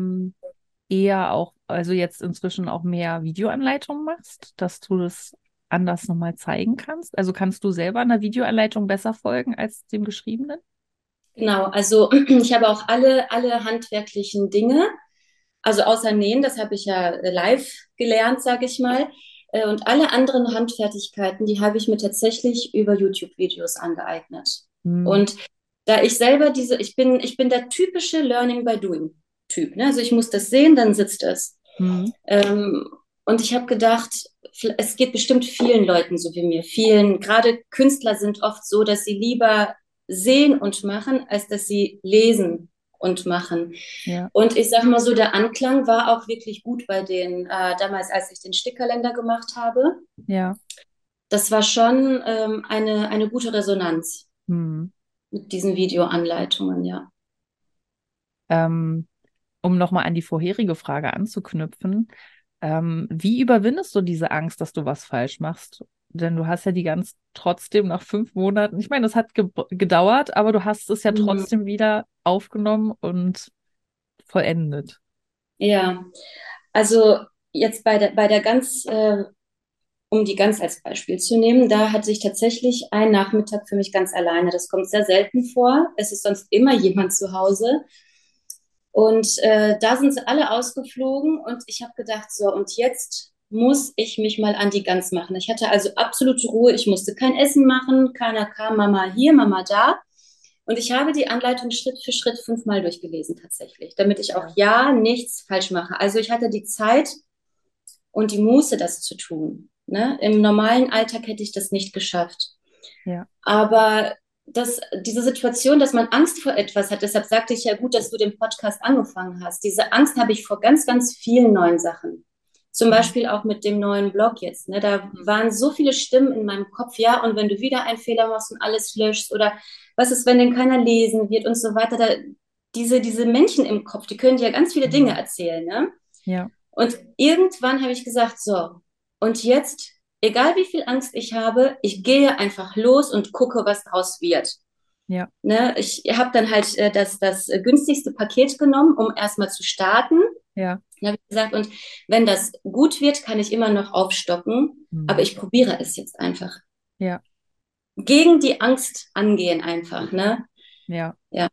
eher auch, also jetzt inzwischen auch mehr Videoanleitungen machst, dass du das anders nochmal zeigen kannst? Also kannst du selber einer Videoanleitung besser folgen als dem Geschriebenen? genau. Also ich habe auch alle handwerklichen Dinge, also außer Nähen, das habe ich ja live gelernt, sage ich mal. Und alle anderen Handfertigkeiten, die habe ich mir tatsächlich über YouTube-Videos angeeignet. Hm. Und da ich selber ich bin der typische Learning by Doing Typ. Ne? Also ich muss das sehen, dann sitzt es. Hm. Ähm, und ich habe gedacht, es geht bestimmt vielen Leuten so wie mir. Vielen, gerade Künstler sind oft so, dass sie lieber sehen und machen, als dass sie lesen und machen. Ja, Und ich sage mal so, der Anklang war auch wirklich gut bei den, damals, als ich den Stickkalender gemacht habe. ja. Das war schon eine gute Resonanz Hm. mit diesen Videoanleitungen, ja. Ähm, um nochmal an die vorherige Frage anzuknüpfen, wie überwindest du diese Angst, dass du was falsch machst? Denn du hast ja die ganz trotzdem nach 5 Monaten, ich meine, es hat gedauert, aber du hast es ja Mhm. trotzdem wieder aufgenommen und vollendet. Ja, also jetzt bei der ganz, um die ganz als Beispiel zu nehmen, da hatte ich tatsächlich einen Nachmittag für mich ganz alleine. Das kommt sehr selten vor. Es ist sonst immer jemand zu Hause. Und da sind sie alle ausgeflogen und ich habe gedacht, so, und jetzt muss ich mich mal an die Gans machen. Ich hatte also absolute Ruhe, ich musste kein Essen machen, keiner kam, Mama hier, Mama da. Und ich habe die Anleitung Schritt für Schritt 5-mal durchgelesen tatsächlich, damit ich auch Ja. ja nichts falsch mache. Also ich hatte die Zeit und die Muße, das zu tun. Ne? Im normalen Alltag hätte ich das nicht geschafft. Ja. Aber diese Situation, dass man Angst vor etwas hat, deshalb sagte ich ja gut, dass du den Podcast angefangen hast. Diese Angst habe ich vor ganz, ganz vielen neuen Sachen. Zum Mhm. Beispiel auch mit dem neuen Blog jetzt. Ne? Da waren so viele Stimmen in meinem Kopf, ja, und wenn du wieder einen Fehler machst und alles löschst oder was ist, wenn den keiner lesen wird und so weiter. Diese Männchen im Kopf, die können dir ja ganz viele Dinge Mhm. erzählen. Ne? Ja. Und irgendwann habe ich gesagt, so, und jetzt, egal wie viel Angst ich habe, ich gehe einfach los und gucke, was draus wird. Ja. Ne? Ich habe dann halt das günstigste Paket genommen, um erstmal zu starten. Ja. Dann habe ich gesagt, und wenn das gut wird, kann ich immer noch aufstocken, aber Mhm. ich probiere es jetzt einfach. Ja. Gegen die Angst angehen einfach, ne? Ja. Ja.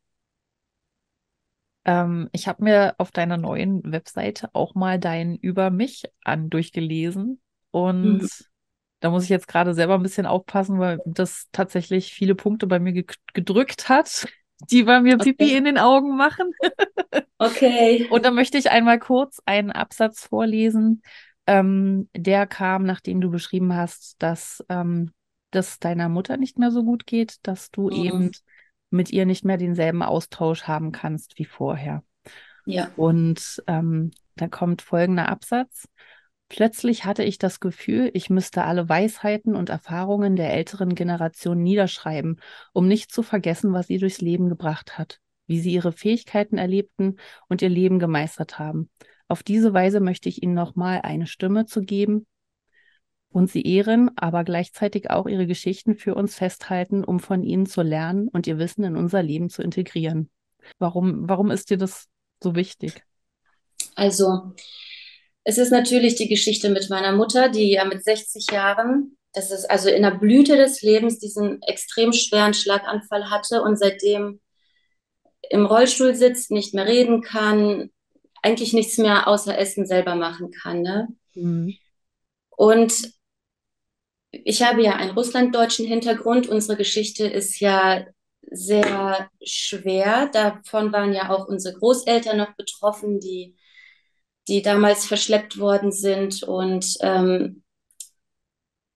Ich habe mir auf deiner neuen Webseite auch mal dein Über mich durchgelesen und Mhm. da muss ich jetzt gerade selber ein bisschen aufpassen, weil das tatsächlich viele Punkte bei mir gedrückt hat, die bei mir Pipi Okay. in den Augen machen. Okay. Und da möchte ich einmal kurz einen Absatz vorlesen. Der kam, nachdem du beschrieben hast, dass das deiner Mutter nicht mehr so gut geht, dass du Mhm. eben mit ihr nicht mehr denselben Austausch haben kannst wie vorher. Ja. Und da kommt folgender Absatz. Plötzlich hatte ich das Gefühl, ich müsste alle Weisheiten und Erfahrungen der älteren Generation niederschreiben, um nicht zu vergessen, was sie durchs Leben gebracht hat, wie sie ihre Fähigkeiten erlebten und ihr Leben gemeistert haben. Auf diese Weise möchte ich ihnen nochmal eine Stimme zu geben und sie ehren, aber gleichzeitig auch ihre Geschichten für uns festhalten, um von ihnen zu lernen und ihr Wissen in unser Leben zu integrieren. Warum ist dir das so wichtig? Also, es ist natürlich die Geschichte mit meiner Mutter, die ja mit 60 Jahren, das ist also in der Blüte des Lebens, diesen extrem schweren Schlaganfall hatte und seitdem im Rollstuhl sitzt, nicht mehr reden kann, eigentlich nichts mehr außer Essen selber machen kann. Ne? Mhm. Und ich habe ja einen russlanddeutschen Hintergrund. Unsere Geschichte ist ja sehr schwer. Davon waren ja auch unsere Großeltern noch betroffen, die damals verschleppt worden sind. Und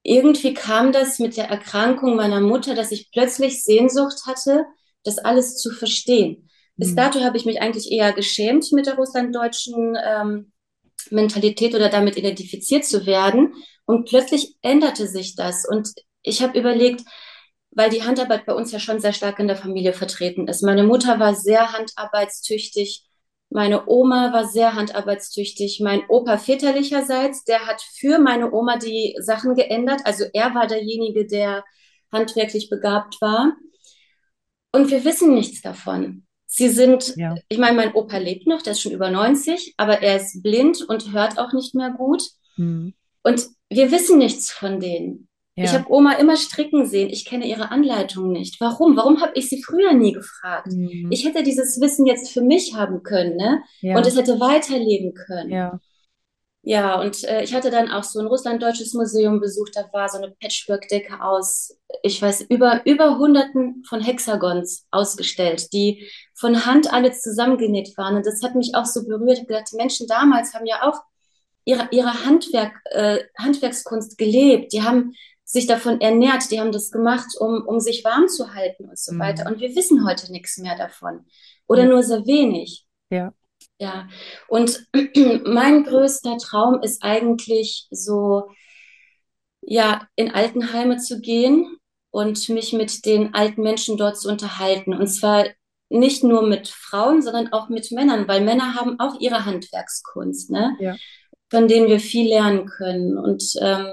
irgendwie kam das mit der Erkrankung meiner Mutter, dass ich plötzlich Sehnsucht hatte, das alles zu verstehen. Bis Mhm. dato habe ich mich eigentlich eher geschämt mit der russlanddeutschen Mentalität oder damit identifiziert zu werden. Und plötzlich änderte sich das. Und ich habe überlegt, weil die Handarbeit bei uns ja schon sehr stark in der Familie vertreten ist. Meine Mutter war sehr handarbeitstüchtig. Meine Oma war sehr handarbeitstüchtig. Mein Opa väterlicherseits, der hat für meine Oma die Sachen geändert. Also er war derjenige, der handwerklich begabt war. Und wir wissen nichts davon. Sie sind, Ja. ich meine, mein Opa lebt noch, der ist schon über 90, aber er ist blind und hört auch nicht mehr gut. Mhm. Und wir wissen nichts von denen. Ich Ja. habe Oma immer stricken sehen. Ich kenne ihre Anleitung nicht. Warum? Warum habe ich sie früher nie gefragt? Mhm. Ich hätte dieses Wissen jetzt für mich haben können, ne? Und Ja. es hätte weiterleben können. Ja. Ja, und ich hatte dann auch so ein russlanddeutsches Museum besucht. Da war so eine Patchwork-Decke aus, ich weiß, über Hunderten von Hexagons ausgestellt, die von Hand alle zusammengenäht waren. Und das hat mich auch so berührt. Ich habe gedacht, die Menschen damals haben ja auch ihre Handwerkskunst gelebt. Die haben sich davon ernährt, die haben das gemacht, um sich warm zu halten und so weiter. Mhm. Und wir wissen heute nichts mehr davon. Oder Ja. nur sehr wenig. Ja. Ja, und mein größter Traum ist eigentlich so, ja, in Altenheime zu gehen und mich mit den alten Menschen dort zu unterhalten. Und zwar nicht nur mit Frauen, sondern auch mit Männern, weil Männer haben auch ihre Handwerkskunst, ne? Ja. Von denen wir viel lernen können. Und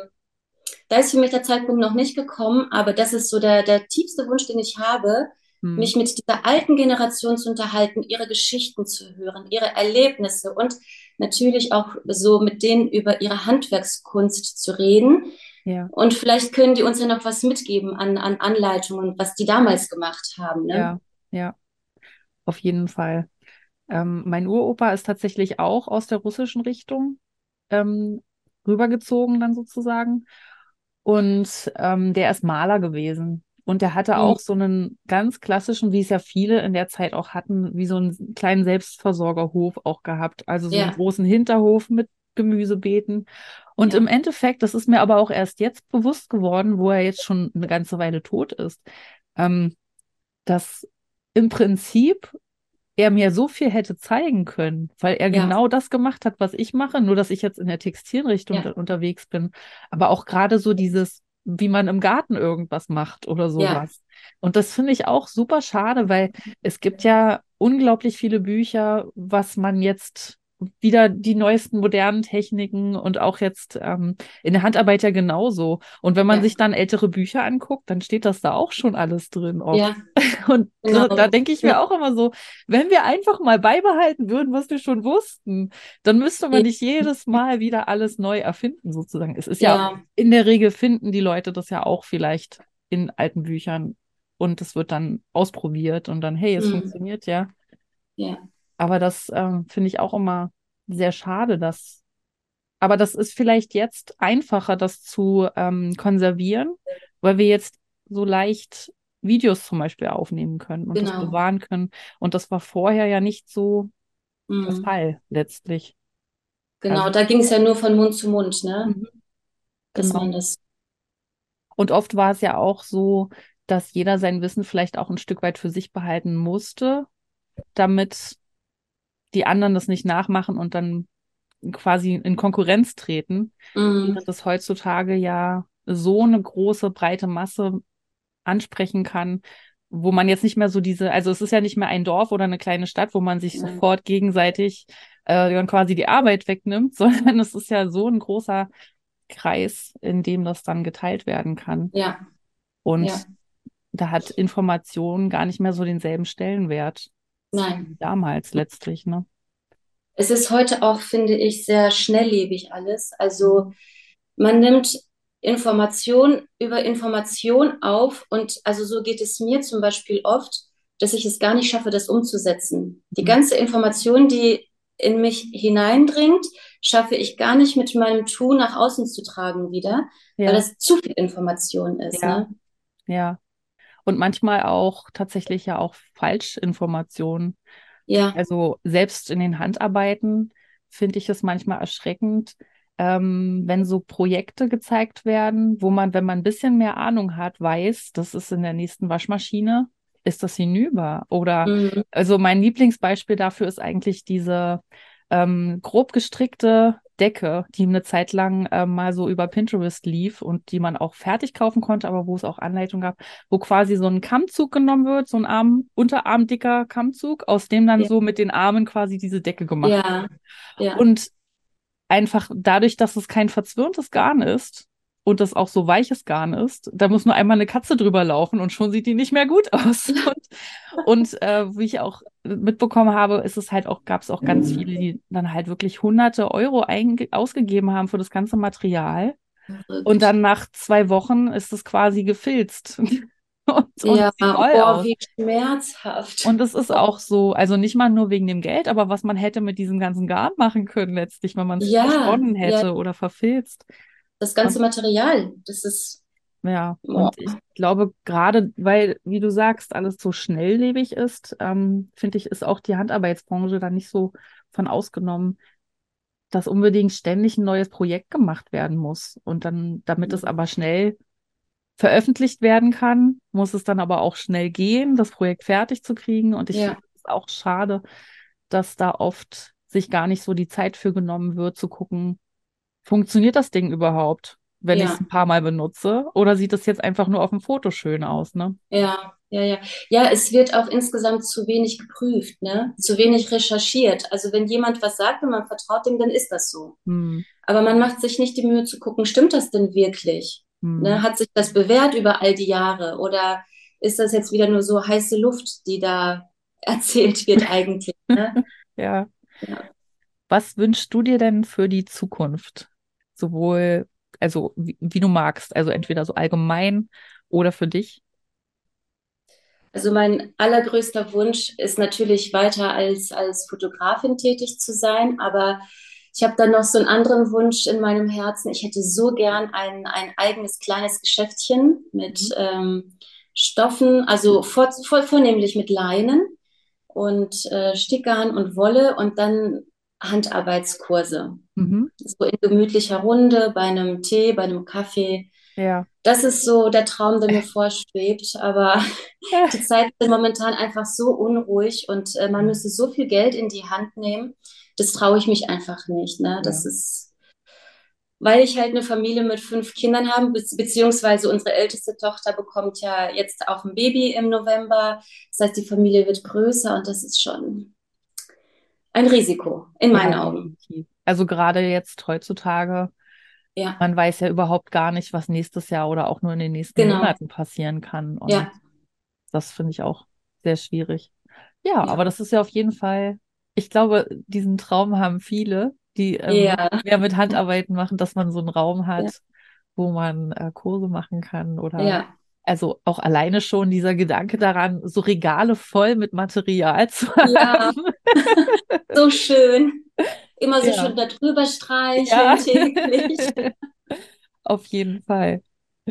da ist für mich der Zeitpunkt noch nicht gekommen, aber das ist so der tiefste Wunsch, den ich habe, Mhm. mich mit dieser alten Generation zu unterhalten, ihre Geschichten zu hören, ihre Erlebnisse und natürlich auch so mit denen über ihre Handwerkskunst zu reden. Ja. Und vielleicht können die uns ja noch was mitgeben an Anleitungen, was die damals gemacht haben, ne? Ja. Ja. Auf jeden Fall. Mein Uropa ist tatsächlich auch aus der russischen Richtung ähm, rübergezogen dann sozusagen. Und der ist Maler gewesen. Und der hatte Mhm. auch so einen ganz klassischen, wie es ja viele in der Zeit auch hatten, wie so einen kleinen Selbstversorgerhof auch gehabt. Also so einen Ja, großen Hinterhof mit Gemüsebeeten. Und im ja, Endeffekt, das ist mir aber auch erst jetzt bewusst geworden, wo er jetzt schon eine ganze Weile tot ist, ähm, dass im Prinzip er mir so viel hätte zeigen können, weil er ja, genau das gemacht hat, was ich mache, nur dass ich jetzt in der Textilrichtung ja, unterwegs bin. Aber auch gerade so dieses, wie man im Garten irgendwas macht oder ja, sowas. Und das finde ich auch super schade, weil es gibt ja unglaublich viele Bücher, was man jetzt wieder die neuesten modernen Techniken und auch jetzt in der Handarbeit ja genauso. Und wenn man ja, sich dann ältere Bücher anguckt, dann steht das da auch schon alles drin oft. ja, Und da genau. denke ich Ja, mir auch immer so, wenn wir einfach mal beibehalten würden, was wir schon wussten, dann müsste man nicht jedes Mal wieder alles neu erfinden, sozusagen. Es ist ja ja, in der Regel finden die Leute das ja auch vielleicht in alten Büchern und es wird dann ausprobiert und dann, hey, es hm, funktioniert ja. ja, Aber das finde ich auch immer sehr schade, aber das ist vielleicht jetzt einfacher, das zu konservieren, weil wir jetzt so leicht Videos zum Beispiel aufnehmen können und das genau. bewahren können. Und das war vorher ja nicht so der Hm. Fall letztlich. Genau, Also, da ging es ja nur von Mund zu Mund, ne? mhm, Dass genau. man das. Und oft war es ja auch so, dass jeder sein Wissen vielleicht auch ein Stück weit für sich behalten musste, damit die anderen das nicht nachmachen und dann quasi in Konkurrenz treten, Mhm. während das heutzutage ja so eine große, breite Masse ansprechen kann, wo man jetzt nicht mehr so also es ist ja nicht mehr ein Dorf oder eine kleine Stadt, wo man sich Ja, sofort gegenseitig dann quasi die Arbeit wegnimmt, sondern es ist ja so ein großer Kreis, in dem das dann geteilt werden kann. ja, ja. Und da hat Information gar nicht mehr so denselben Stellenwert Nein. wie damals letztlich, ne? Es ist heute auch, finde ich, sehr schnelllebig alles. Also Mhm. man nimmt Information über Information auf und also so geht es mir zum Beispiel oft, dass ich es gar nicht schaffe, das umzusetzen. Die Mhm. ganze Information, die in mich hineindringt, schaffe ich gar nicht mit meinem Tun nach außen zu tragen wieder, weil Ja, das zu viel Information ist, ja, ne? ja. Und manchmal auch tatsächlich ja auch Falschinformationen. Ja, Also selbst in den Handarbeiten finde ich es manchmal erschreckend. wenn so Projekte gezeigt werden, wo man, wenn man ein bisschen mehr Ahnung hat, weiß, das ist in der nächsten Waschmaschine, ist das hinüber. Oder, also mein Lieblingsbeispiel dafür ist eigentlich diese grob gestrickte Decke, die eine Zeit lang mal so über Pinterest lief und die man auch fertig kaufen konnte, aber wo es auch Anleitungen gab, wo quasi so ein Kammzug genommen wird, so ein unterarmdicker Kammzug, aus dem dann so mit den Armen quasi diese Decke gemacht wird. Ja. Und einfach dadurch, dass es kein verzwirntes Garn ist und das auch so weiches Garn ist, da muss nur einmal eine Katze drüber laufen und schon sieht die nicht mehr gut aus. Und wie ich auch mitbekommen habe, ist es halt auch, gab es auch ganz viele, die dann halt wirklich hunderte Euro ausgegeben haben für das ganze Material. Und dann nach 2 Wochen ist es quasi gefilzt. Und Ja, sieht toll aus. wie schmerzhaft. Und es ist auch so, also nicht mal nur wegen dem Geld, aber was man hätte mit diesem ganzen Garn machen können letztlich, wenn man es versponnen hätte oder verfilzt. Das ganze Material, das ist, Ja, und ich glaube, gerade weil, wie du sagst, alles so schnelllebig ist, finde ich, ist auch die Handarbeitsbranche da nicht so von ausgenommen, dass unbedingt ständig ein neues Projekt gemacht werden muss. Und dann, damit es aber schnell veröffentlicht werden kann, muss es dann aber auch schnell gehen, das Projekt fertig zu kriegen. Und ich finde es auch schade, dass da oft sich gar nicht so die Zeit für genommen wird, zu gucken, funktioniert das Ding überhaupt, wenn ich es ein paar Mal benutze? Oder sieht es jetzt einfach nur auf dem Foto schön aus, ne? Ja, es wird auch insgesamt zu wenig geprüft, ne? Zu wenig recherchiert. Also wenn jemand was sagt und man vertraut dem, dann ist das so. Aber man macht sich nicht die Mühe zu gucken, stimmt das denn wirklich? Ne? Hat sich das bewährt über all die Jahre? Oder ist das jetzt wieder nur so heiße Luft, die da erzählt wird eigentlich? Ne? Ja. Was wünschst du dir denn für die Zukunft? Sowohl, also wie du magst, also entweder so allgemein oder für dich? Also mein allergrößter Wunsch ist natürlich weiter als Fotografin tätig zu sein, aber ich habe dann noch so einen anderen Wunsch in meinem Herzen. Ich hätte so gern ein eigenes kleines Geschäftchen mit Stoffen, also vornehmlich mit Leinen und Stickgarn und Wolle und dann Handarbeitskurse. So in gemütlicher Runde, bei einem Tee, bei einem Kaffee. Ja. Das ist so der Traum, der mir vorschwebt, aber die Zeit ist momentan einfach so unruhig und man müsste so viel Geld in die Hand nehmen. Das traue ich mich einfach nicht. Ne? Das ist, weil ich halt eine Familie mit 5 Kindern habe, beziehungsweise unsere älteste Tochter bekommt ja jetzt auch ein Baby im November. Das heißt, die Familie wird größer und das ist schon ein Risiko in meinen Augen. Also gerade jetzt heutzutage, man weiß ja überhaupt gar nicht, was nächstes Jahr oder auch nur in den nächsten Monaten passieren kann. Und das finde ich auch sehr schwierig. Ja, aber das ist ja auf jeden Fall, ich glaube, diesen Traum haben viele, die mehr mit Handarbeiten machen, dass man so einen Raum hat, wo man Kurse machen kann oder also auch alleine schon dieser Gedanke daran, so Regale voll mit Material zu haben. Ja, so schön. Immer so schön da drüber streicheln täglich. Auf jeden Fall.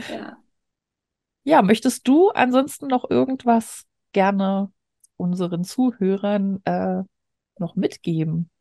Ja, möchtest du ansonsten noch irgendwas gerne unseren Zuhörern noch mitgeben?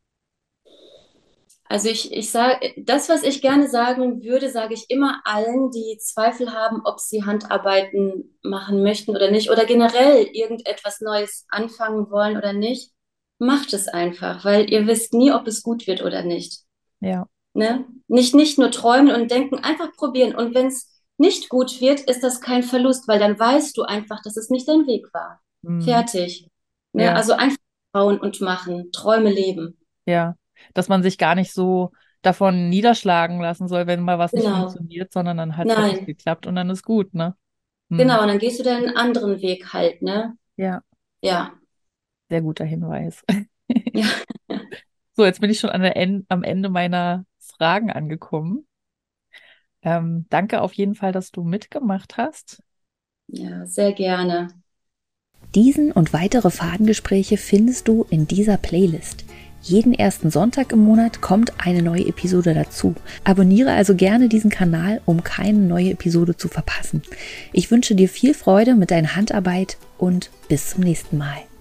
Also ich sage, das, was ich gerne sagen würde, sage ich immer allen, die Zweifel haben, ob sie Handarbeiten machen möchten oder nicht oder generell irgendetwas Neues anfangen wollen oder nicht. Macht es einfach, weil ihr wisst nie, ob es gut wird oder nicht. Ja. Ne? Nicht nur träumen und denken, einfach probieren. Und wenn es nicht gut wird, ist das kein Verlust, weil dann weißt du einfach, dass es nicht dein Weg war. Fertig. Ne? Ja. Also einfach trauen und machen, Träume leben. Ja, dass man sich gar nicht so davon niederschlagen lassen soll, wenn mal was nicht funktioniert, sondern dann hat es wirklich geklappt und dann ist gut, ne? Genau, und dann gehst du deinen anderen Weg halt, ne? Ja. Ja. Sehr guter Hinweis. Ja. So, jetzt bin ich schon am Ende meiner Fragen angekommen. Danke auf jeden Fall, dass du mitgemacht hast. Ja, sehr gerne. Diesen und weitere Fadengespräche findest du in dieser Playlist. Jeden ersten Sonntag im Monat kommt eine neue Episode dazu. Abonniere also gerne diesen Kanal, um keine neue Episode zu verpassen. Ich wünsche dir viel Freude mit deiner Handarbeit und bis zum nächsten Mal.